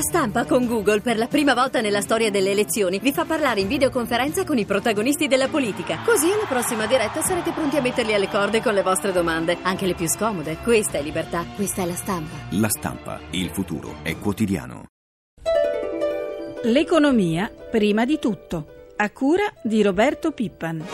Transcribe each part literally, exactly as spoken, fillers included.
Stampa con Google, per la prima volta nella storia delle elezioni, vi fa parlare in videoconferenza con i protagonisti della politica. Così alla prossima diretta sarete pronti a metterli alle corde con le vostre domande, anche le più scomode. Questa è libertà, questa è La Stampa. La Stampa, il futuro è quotidiano. L'economia prima di tutto, a cura di Roberto Pippan.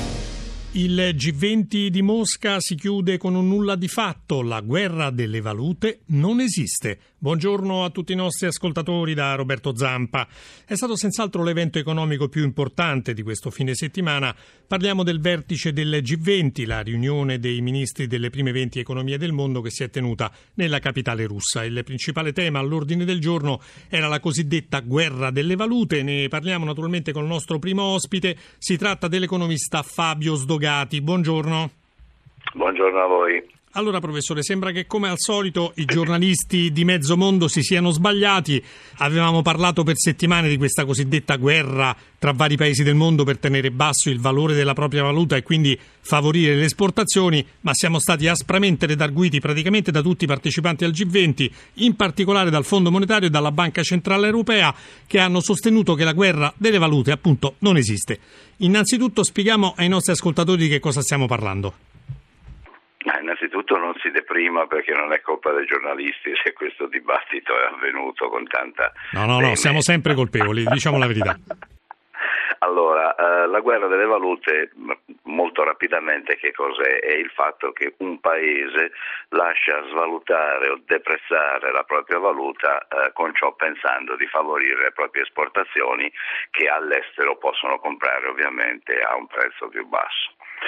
Il G venti di Mosca si chiude con un nulla di fatto. La guerra delle valute non esiste. Buongiorno a tutti i nostri ascoltatori da Roberto Zampa. È stato senz'altro l'evento economico più importante di questo fine settimana. Parliamo del vertice del G venti, la riunione dei ministri delle prime venti economie del mondo che si è tenuta nella capitale russa. Il principale tema all'ordine del giorno era la cosiddetta guerra delle valute. Ne parliamo naturalmente con il nostro primo ospite. Si tratta dell'economista Fabio Sdogati. Buongiorno. Buongiorno a voi. Allora, professore, sembra che come al solito i giornalisti di mezzo mondo si siano sbagliati. Avevamo parlato per settimane di questa cosiddetta guerra tra vari paesi del mondo per tenere basso il valore della propria valuta e quindi favorire le esportazioni, ma siamo stati aspramente redarguiti praticamente da tutti i partecipanti al G venti, in particolare dal Fondo Monetario e dalla Banca Centrale Europea, che hanno sostenuto che la guerra delle valute appunto non esiste. Innanzitutto spieghiamo ai nostri ascoltatori di che cosa stiamo parlando. Innanzitutto non si deprima, perché non è colpa dei giornalisti se questo dibattito è avvenuto con tanta... No, no, no, siamo sempre colpevoli, diciamo la verità. Allora, eh, la guerra delle valute, molto rapidamente, che cos'è? È il fatto che un paese lascia svalutare o deprezzare la propria valuta, eh, con ciò pensando di favorire le proprie esportazioni, che all'estero possono comprare ovviamente a un prezzo più basso.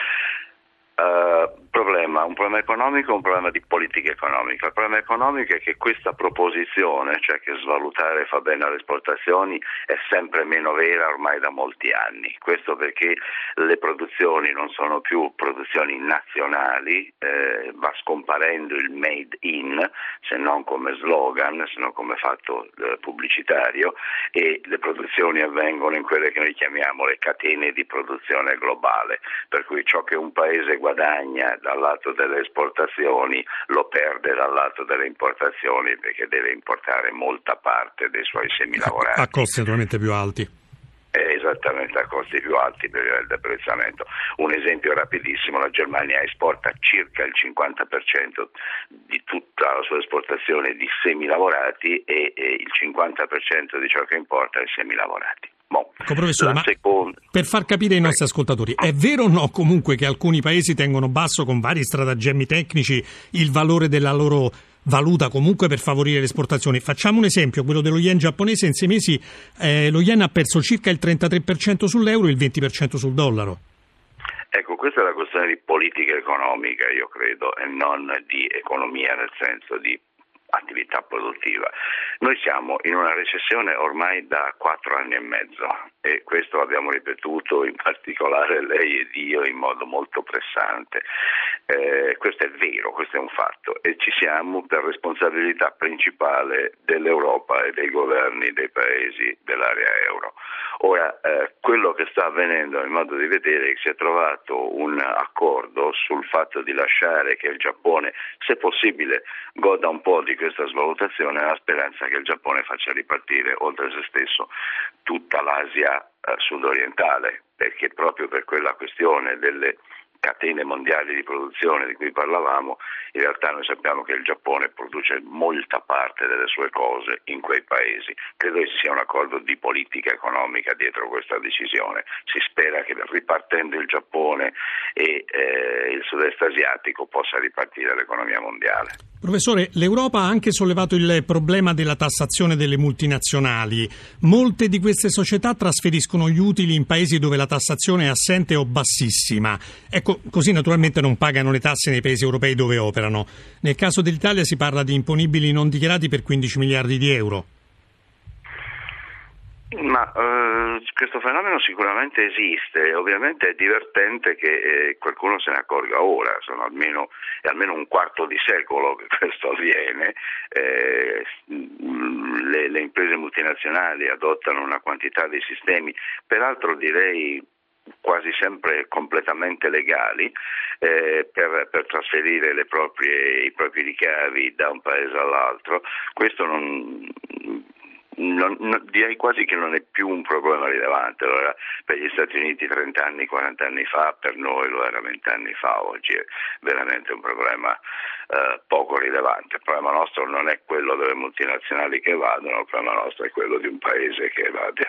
Uh, problema, un problema economico, un problema di politica economica. Il problema economico è che questa proposizione, cioè che svalutare fa bene alle esportazioni, è sempre meno vera ormai da molti anni. Questo perché le produzioni non sono più produzioni nazionali, eh, va scomparendo il made in, se non come slogan, se non come fatto eh, pubblicitario, e le produzioni avvengono in quelle che noi chiamiamo le catene di produzione globale, per cui ciò che un paese guadagna dal lato delle esportazioni lo perde dal lato delle importazioni, perché deve importare molta parte dei suoi semilavorati a costi naturalmente più alti. Esattamente, a costi più alti per il deprezzamento. Un esempio rapidissimo: la Germania esporta circa il cinquanta per cento di tutta la sua esportazione di semilavorati e, e il cinquanta per cento di ciò che importa è semilavorati. Bon. Ecco, professore, ma seconda... per far capire ai nostri ascoltatori, è vero o no comunque che alcuni paesi tengono basso con vari stratagemmi tecnici il valore della loro valuta comunque per favorire le esportazioni? Facciamo un esempio, quello dello yen giapponese. In sei mesi eh, lo yen ha perso circa il trentatré per cento sull'euro e il venti per cento sul dollaro. Ecco, questa è una questione di politica economica, io credo, e non di economia nel senso di attività produttiva. Noi siamo in una recessione ormai da quattro anni e mezzo, e questo l'abbiamo ripetuto in particolare lei ed io in modo molto pressante. Eh, questo è vero, questo è un fatto, e ci siamo per responsabilità principale dell'Europa e dei governi dei paesi dell'area euro. Ora, eh, quello che sta avvenendo, nel modo di vedere, è che si è trovato un accordo sul fatto di lasciare che il Giappone, se possibile, goda un po' di questa svalutazione, nella speranza che il Giappone faccia ripartire oltre se stesso tutta l'Asia eh, sudorientale, perché proprio per quella questione delle catene mondiali di produzione di cui parlavamo, in realtà noi sappiamo che il Giappone produce molta parte delle sue cose in quei paesi. Credo che ci sia un accordo di politica economica dietro questa decisione. Si spera che ripartendo il Giappone e eh, il sud-est asiatico possa ripartire l'economia mondiale. Professore, l'Europa ha anche sollevato il problema della tassazione delle multinazionali. Molte di queste società trasferiscono gli utili in paesi dove la tassazione è assente o bassissima. Ecco, così naturalmente non pagano le tasse nei paesi europei dove operano. Nel caso dell'Italia si parla di imponibili non dichiarati per quindici miliardi di euro. Ma eh, questo fenomeno sicuramente esiste, ovviamente è divertente che eh, qualcuno se ne accorga ora. Sono almeno, è almeno un quarto di secolo che questo avviene. Eh, le, le imprese multinazionali adottano una quantità di sistemi, peraltro direi quasi sempre completamente legali, eh, per, per trasferire le proprie, i propri ricavi da un paese all'altro. Questo non... non, non, direi quasi che non è più un problema rilevante. Allora, per gli Stati Uniti trenta anni, quaranta anni fa, per noi lo era venti anni fa, oggi è veramente un problema eh, poco rilevante. Il problema nostro non è quello delle multinazionali che evadono, il problema nostro è quello di un paese che evade.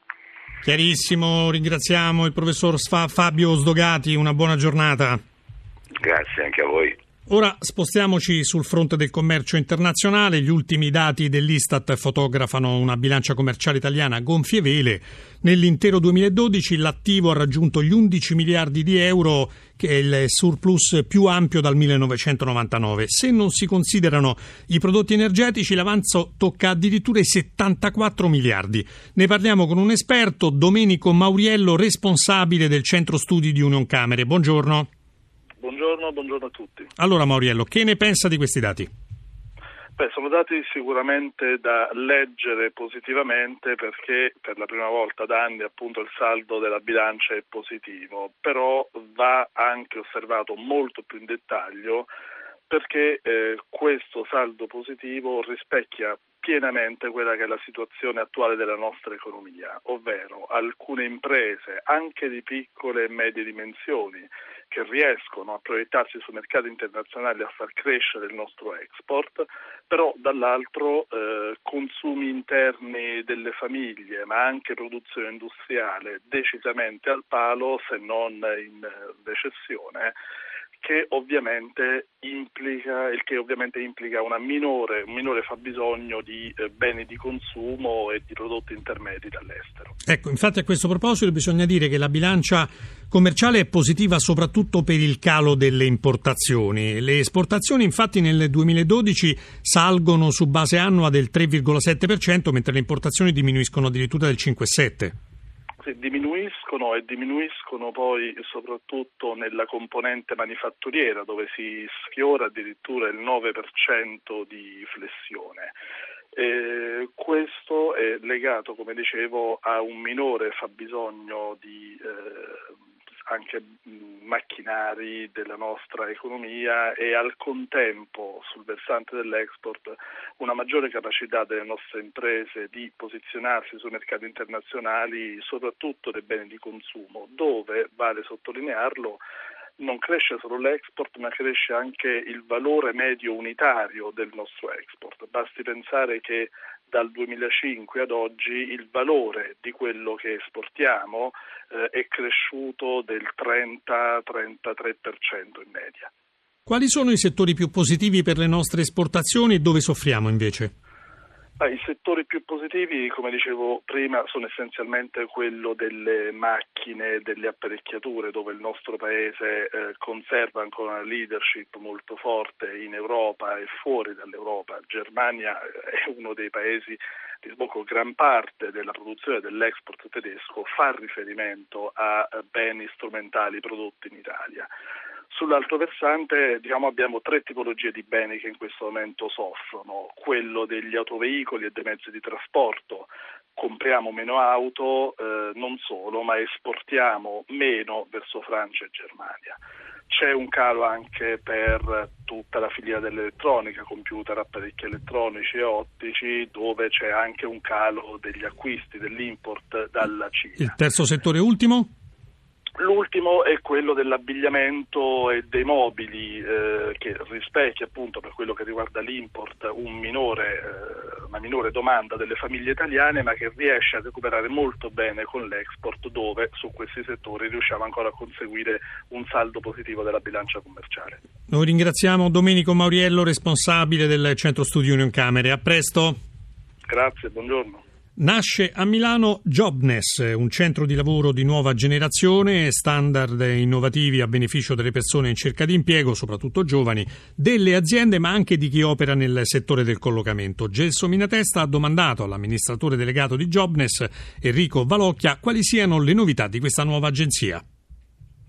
Chiarissimo, ringraziamo il professor Fabio Sdogati, una buona giornata. Grazie anche a voi. Ora spostiamoci sul fronte del commercio internazionale. Gli ultimi dati dell'Istat fotografano una bilancia commerciale italiana a gonfie vele. Nell'intero duemiladodici l'attivo ha raggiunto gli undici miliardi di euro, che è il surplus più ampio dal millenovecentonovantanove. Se non si considerano i prodotti energetici, l'avanzo tocca addirittura i settantaquattro miliardi. Ne parliamo con un esperto, Domenico Mauriello, responsabile del centro studi di Unioncamere. Buongiorno. Buongiorno, buongiorno a tutti. Allora Mauriello, che ne pensa di questi dati? Beh, sono dati sicuramente da leggere positivamente, perché per la prima volta da anni appunto il saldo della bilancia è positivo, però va anche osservato molto più in dettaglio, perché eh, questo saldo positivo rispecchia pienamente quella che è la situazione attuale della nostra economia, ovvero alcune imprese, anche di piccole e medie dimensioni, che riescono a proiettarsi sui mercati internazionali a far crescere il nostro export, però dall'altro eh, consumi interni delle famiglie, ma anche produzione industriale decisamente al palo, se non in recessione, che ovviamente implica il che ovviamente implica una minore un minore fabbisogno di eh, beni di consumo e di prodotti intermedi dall'estero. Ecco, infatti a questo proposito bisogna dire che la bilancia commerciale è positiva soprattutto per il calo delle importazioni. Le esportazioni infatti nel duemiladodici salgono su base annua del tre virgola sette per cento, mentre le importazioni diminuiscono addirittura del cinque virgola sette per cento. Diminuiscono e diminuiscono poi soprattutto nella componente manifatturiera, dove si sfiora addirittura il nove per cento di flessione. Eh, questo è legato, come dicevo, a un minore fabbisogno di eh, anche macchinari della nostra economia e al contempo sul versante dell'export una maggiore capacità delle nostre imprese di posizionarsi sui mercati internazionali, soprattutto dei beni di consumo, dove, vale sottolinearlo, non cresce solo l'export, ma cresce anche il valore medio unitario del nostro export. Basti pensare che dal duemilacinque ad oggi il valore di quello che esportiamo eh, è cresciuto del trenta trentatré per cento in media. Quali sono i settori più positivi per le nostre esportazioni e dove soffriamo invece? Ah, I settori più positivi, come dicevo prima, sono essenzialmente quello delle macchine, delle apparecchiature, dove il nostro paese eh, conserva ancora una leadership molto forte in Europa e fuori dall'Europa. Germania è uno dei paesi di sbocco. Gran parte della produzione dell'export tedesco fa riferimento a beni strumentali prodotti in Italia. Sull'altro versante, diciamo, abbiamo tre tipologie di beni che in questo momento soffrono: quello degli autoveicoli e dei mezzi di trasporto. Compriamo meno auto, eh, non solo, ma esportiamo meno verso Francia e Germania. C'è un calo anche per tutta la filiera dell'elettronica, computer, apparecchi elettronici e ottici, dove c'è anche un calo degli acquisti, dell'import dalla Cina. Il terzo settore ultimo? L'ultimo è quello dell'abbigliamento e dei mobili, eh, che rispecchia appunto, per quello che riguarda l'import, un minore, eh, una minore domanda delle famiglie italiane, ma che riesce a recuperare molto bene con l'export, dove su questi settori riusciamo ancora a conseguire un saldo positivo della bilancia commerciale. Noi ringraziamo Domenico Mauriello, responsabile del centro studi Unioncamere. A presto. Grazie, buongiorno. Nasce a Milano Jobness, un centro di lavoro di nuova generazione, standard innovativi a beneficio delle persone in cerca di impiego, soprattutto giovani, delle aziende ma anche di chi opera nel settore del collocamento. Gelsomina Testa ha domandato all'amministratore delegato di Jobness, Enrico Valocchia, quali siano le novità di questa nuova agenzia.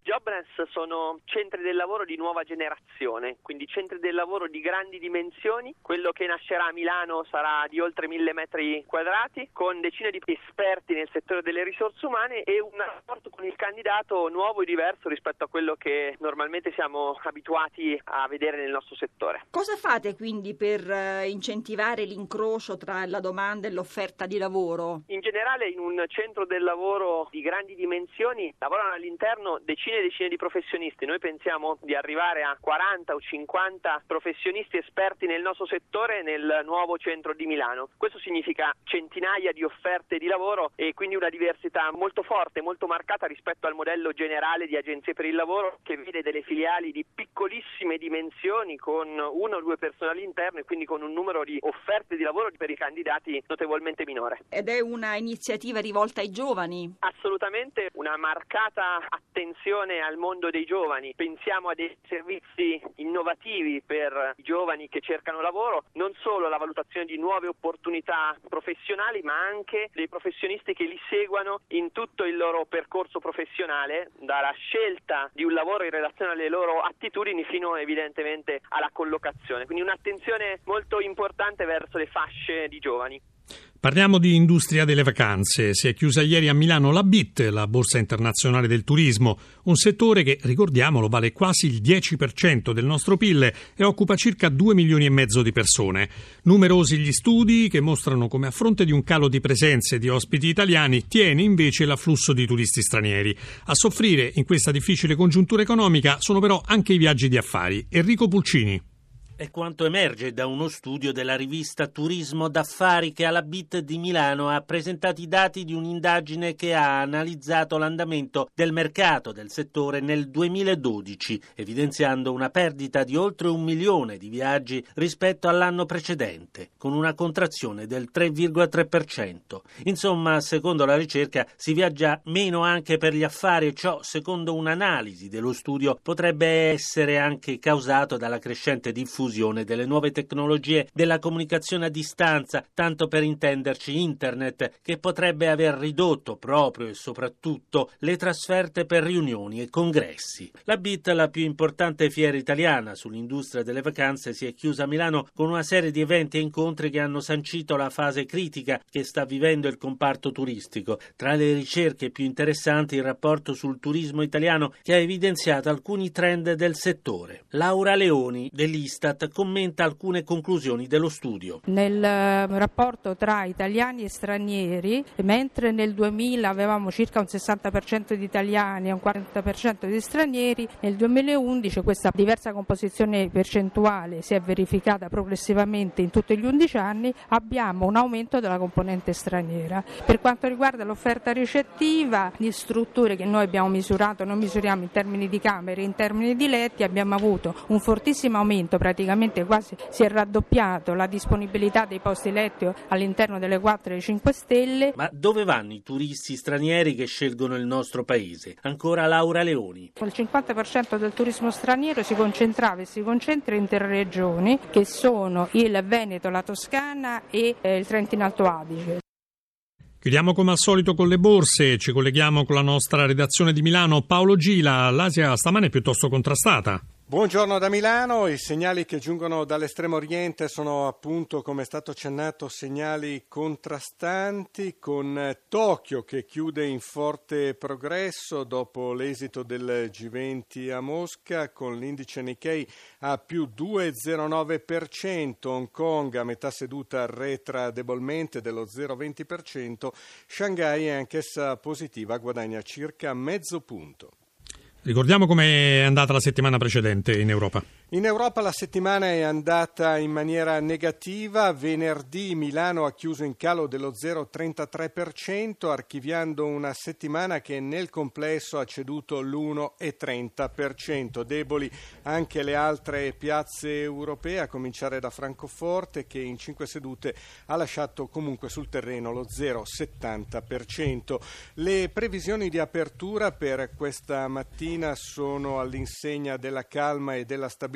Jobless sono centri del lavoro di nuova generazione, quindi centri del lavoro di grandi dimensioni. Quello che nascerà a Milano sarà di oltre mille metri quadrati, con decine di esperti nel settore delle risorse umane e un rapporto con il candidato nuovo e diverso rispetto a quello che normalmente siamo abituati a vedere nel nostro settore. Cosa fate quindi per eh, incentivare l'incrocio tra la domanda e l'offerta di lavoro? In generale, in un centro del lavoro di grandi dimensioni lavorano all'interno decine e decine di professionisti. Noi pensiamo di arrivare a quaranta o cinquanta professionisti esperti nel nostro settore nel nuovo centro di Milano. Questo significa centinaia di offerte di lavoro e quindi una diversità molto forte, molto marcata rispetto al modello generale di agenzie per il lavoro, che vede delle filiali di piccolissime dimensioni con una o due persone all'interno e quindi con un numero di offerte di lavoro per i candidati notevolmente minore. Ed è una iniziativa rivolta ai giovani? Assolutamente, una marcata attenzione al mondo dei giovani. Pensiamo a dei servizi innovativi per i giovani che cercano lavoro, non solo la valutazione di nuove opportunità professionali, ma anche dei professionisti che li seguano in tutto il loro percorso professionale, dalla scelta di un lavoro in relazione alle loro attitudini fino evidentemente alla collocazione. Quindi un'attenzione molto importante verso le fasce di giovani. Parliamo di industria delle vacanze. Si è chiusa ieri a Milano la B I T, la Borsa Internazionale del Turismo, un settore che, ricordiamolo, vale quasi il dieci per cento del nostro P I L e occupa circa due milioni e mezzo di persone. Numerosi gli studi che mostrano come a fronte di un calo di presenze di ospiti italiani tiene invece l'afflusso di turisti stranieri. A soffrire in questa difficile congiuntura economica sono però anche i viaggi di affari. Enrico Pulcini. È quanto emerge da uno studio della rivista Turismo d'Affari che alla B I T di Milano ha presentato i dati di un'indagine che ha analizzato l'andamento del mercato del settore nel duemiladodici, evidenziando una perdita di oltre un milione di viaggi rispetto all'anno precedente, con una contrazione del tre virgola tre per cento. Insomma, secondo la ricerca, si viaggia meno anche per gli affari e ciò, secondo un'analisi dello studio, potrebbe essere anche causato dalla crescente diffusione delle nuove tecnologie della comunicazione a distanza, tanto per intenderci internet, che potrebbe aver ridotto proprio e soprattutto le trasferte per riunioni e congressi. La B I T, la più importante fiera italiana sull'industria delle vacanze, si è chiusa a Milano con una serie di eventi e incontri che hanno sancito la fase critica che sta vivendo il comparto turistico. Tra le ricerche più interessanti il rapporto sul turismo italiano, che ha evidenziato alcuni trend del settore. Laura Leoni dell'Istat commenta alcune conclusioni dello studio. Nel rapporto tra italiani e stranieri, mentre nel duemila avevamo circa un sessanta per cento di italiani e un quaranta per cento di stranieri, nel duemilaundici questa diversa composizione percentuale si è verificata progressivamente in tutti gli undici anni, abbiamo un aumento della componente straniera. Per quanto riguarda l'offerta ricettiva, di strutture che noi abbiamo misurato, noi misuriamo in termini di camere, in termini di letti, abbiamo avuto un fortissimo aumento, praticamente quasi si è raddoppiato la disponibilità dei posti letto all'interno delle quattro e cinque stelle. Ma dove vanno i turisti stranieri che scelgono il nostro paese? Ancora Laura Leoni. Il cinquanta per cento del turismo straniero si concentrava e si concentra in tre regioni che sono il Veneto, la Toscana e eh, il Trentino Alto Adige. Chiudiamo come al solito con le borse, ci colleghiamo con la nostra redazione di Milano. Paolo Gila, l'Asia stamane è piuttosto contrastata. Buongiorno da Milano, i segnali che giungono dall'estremo oriente sono appunto, come è stato accennato, segnali contrastanti, con Tokyo che chiude in forte progresso dopo l'esito del G venti a Mosca, con l'indice Nikkei a più due virgola zero nove per cento, Hong Kong a metà seduta arretra debolmente dello zero virgola venti per cento, Shanghai è anch'essa positiva, guadagna circa mezzo punto. Ricordiamo com'è andata la settimana precedente in Europa. In Europa la settimana è andata in maniera negativa. Venerdì Milano ha chiuso in calo dello zero virgola trentatré per cento, archiviando una settimana che nel complesso ha ceduto l'uno virgola trenta per cento. Deboli anche le altre piazze europee, a cominciare da Francoforte, che in cinque sedute ha lasciato comunque sul terreno lo zero virgola settanta per cento. Le previsioni di apertura per questa mattina sono all'insegna della calma e della stabilità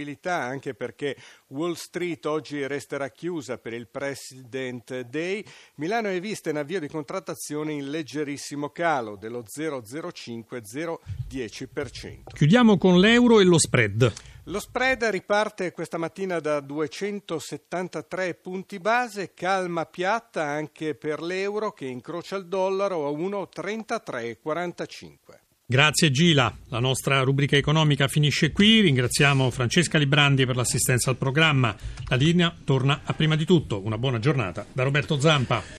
stabilità, anche perché Wall Street oggi resterà chiusa per il President Day. Milano è vista in avvio di contrattazione in leggerissimo calo dello zero virgola zero cinque zero dieci per cento. Chiudiamo con l'euro e lo spread. Lo spread riparte questa mattina da duecentosettantatré punti base, calma piatta anche per l'euro che incrocia il dollaro a uno virgola trentatré quarantacinque. Grazie Gila, la nostra rubrica economica finisce qui, ringraziamo Francesca Librandi per l'assistenza al programma, la linea torna a Prima di Tutto, una buona giornata da Roberto Zampa.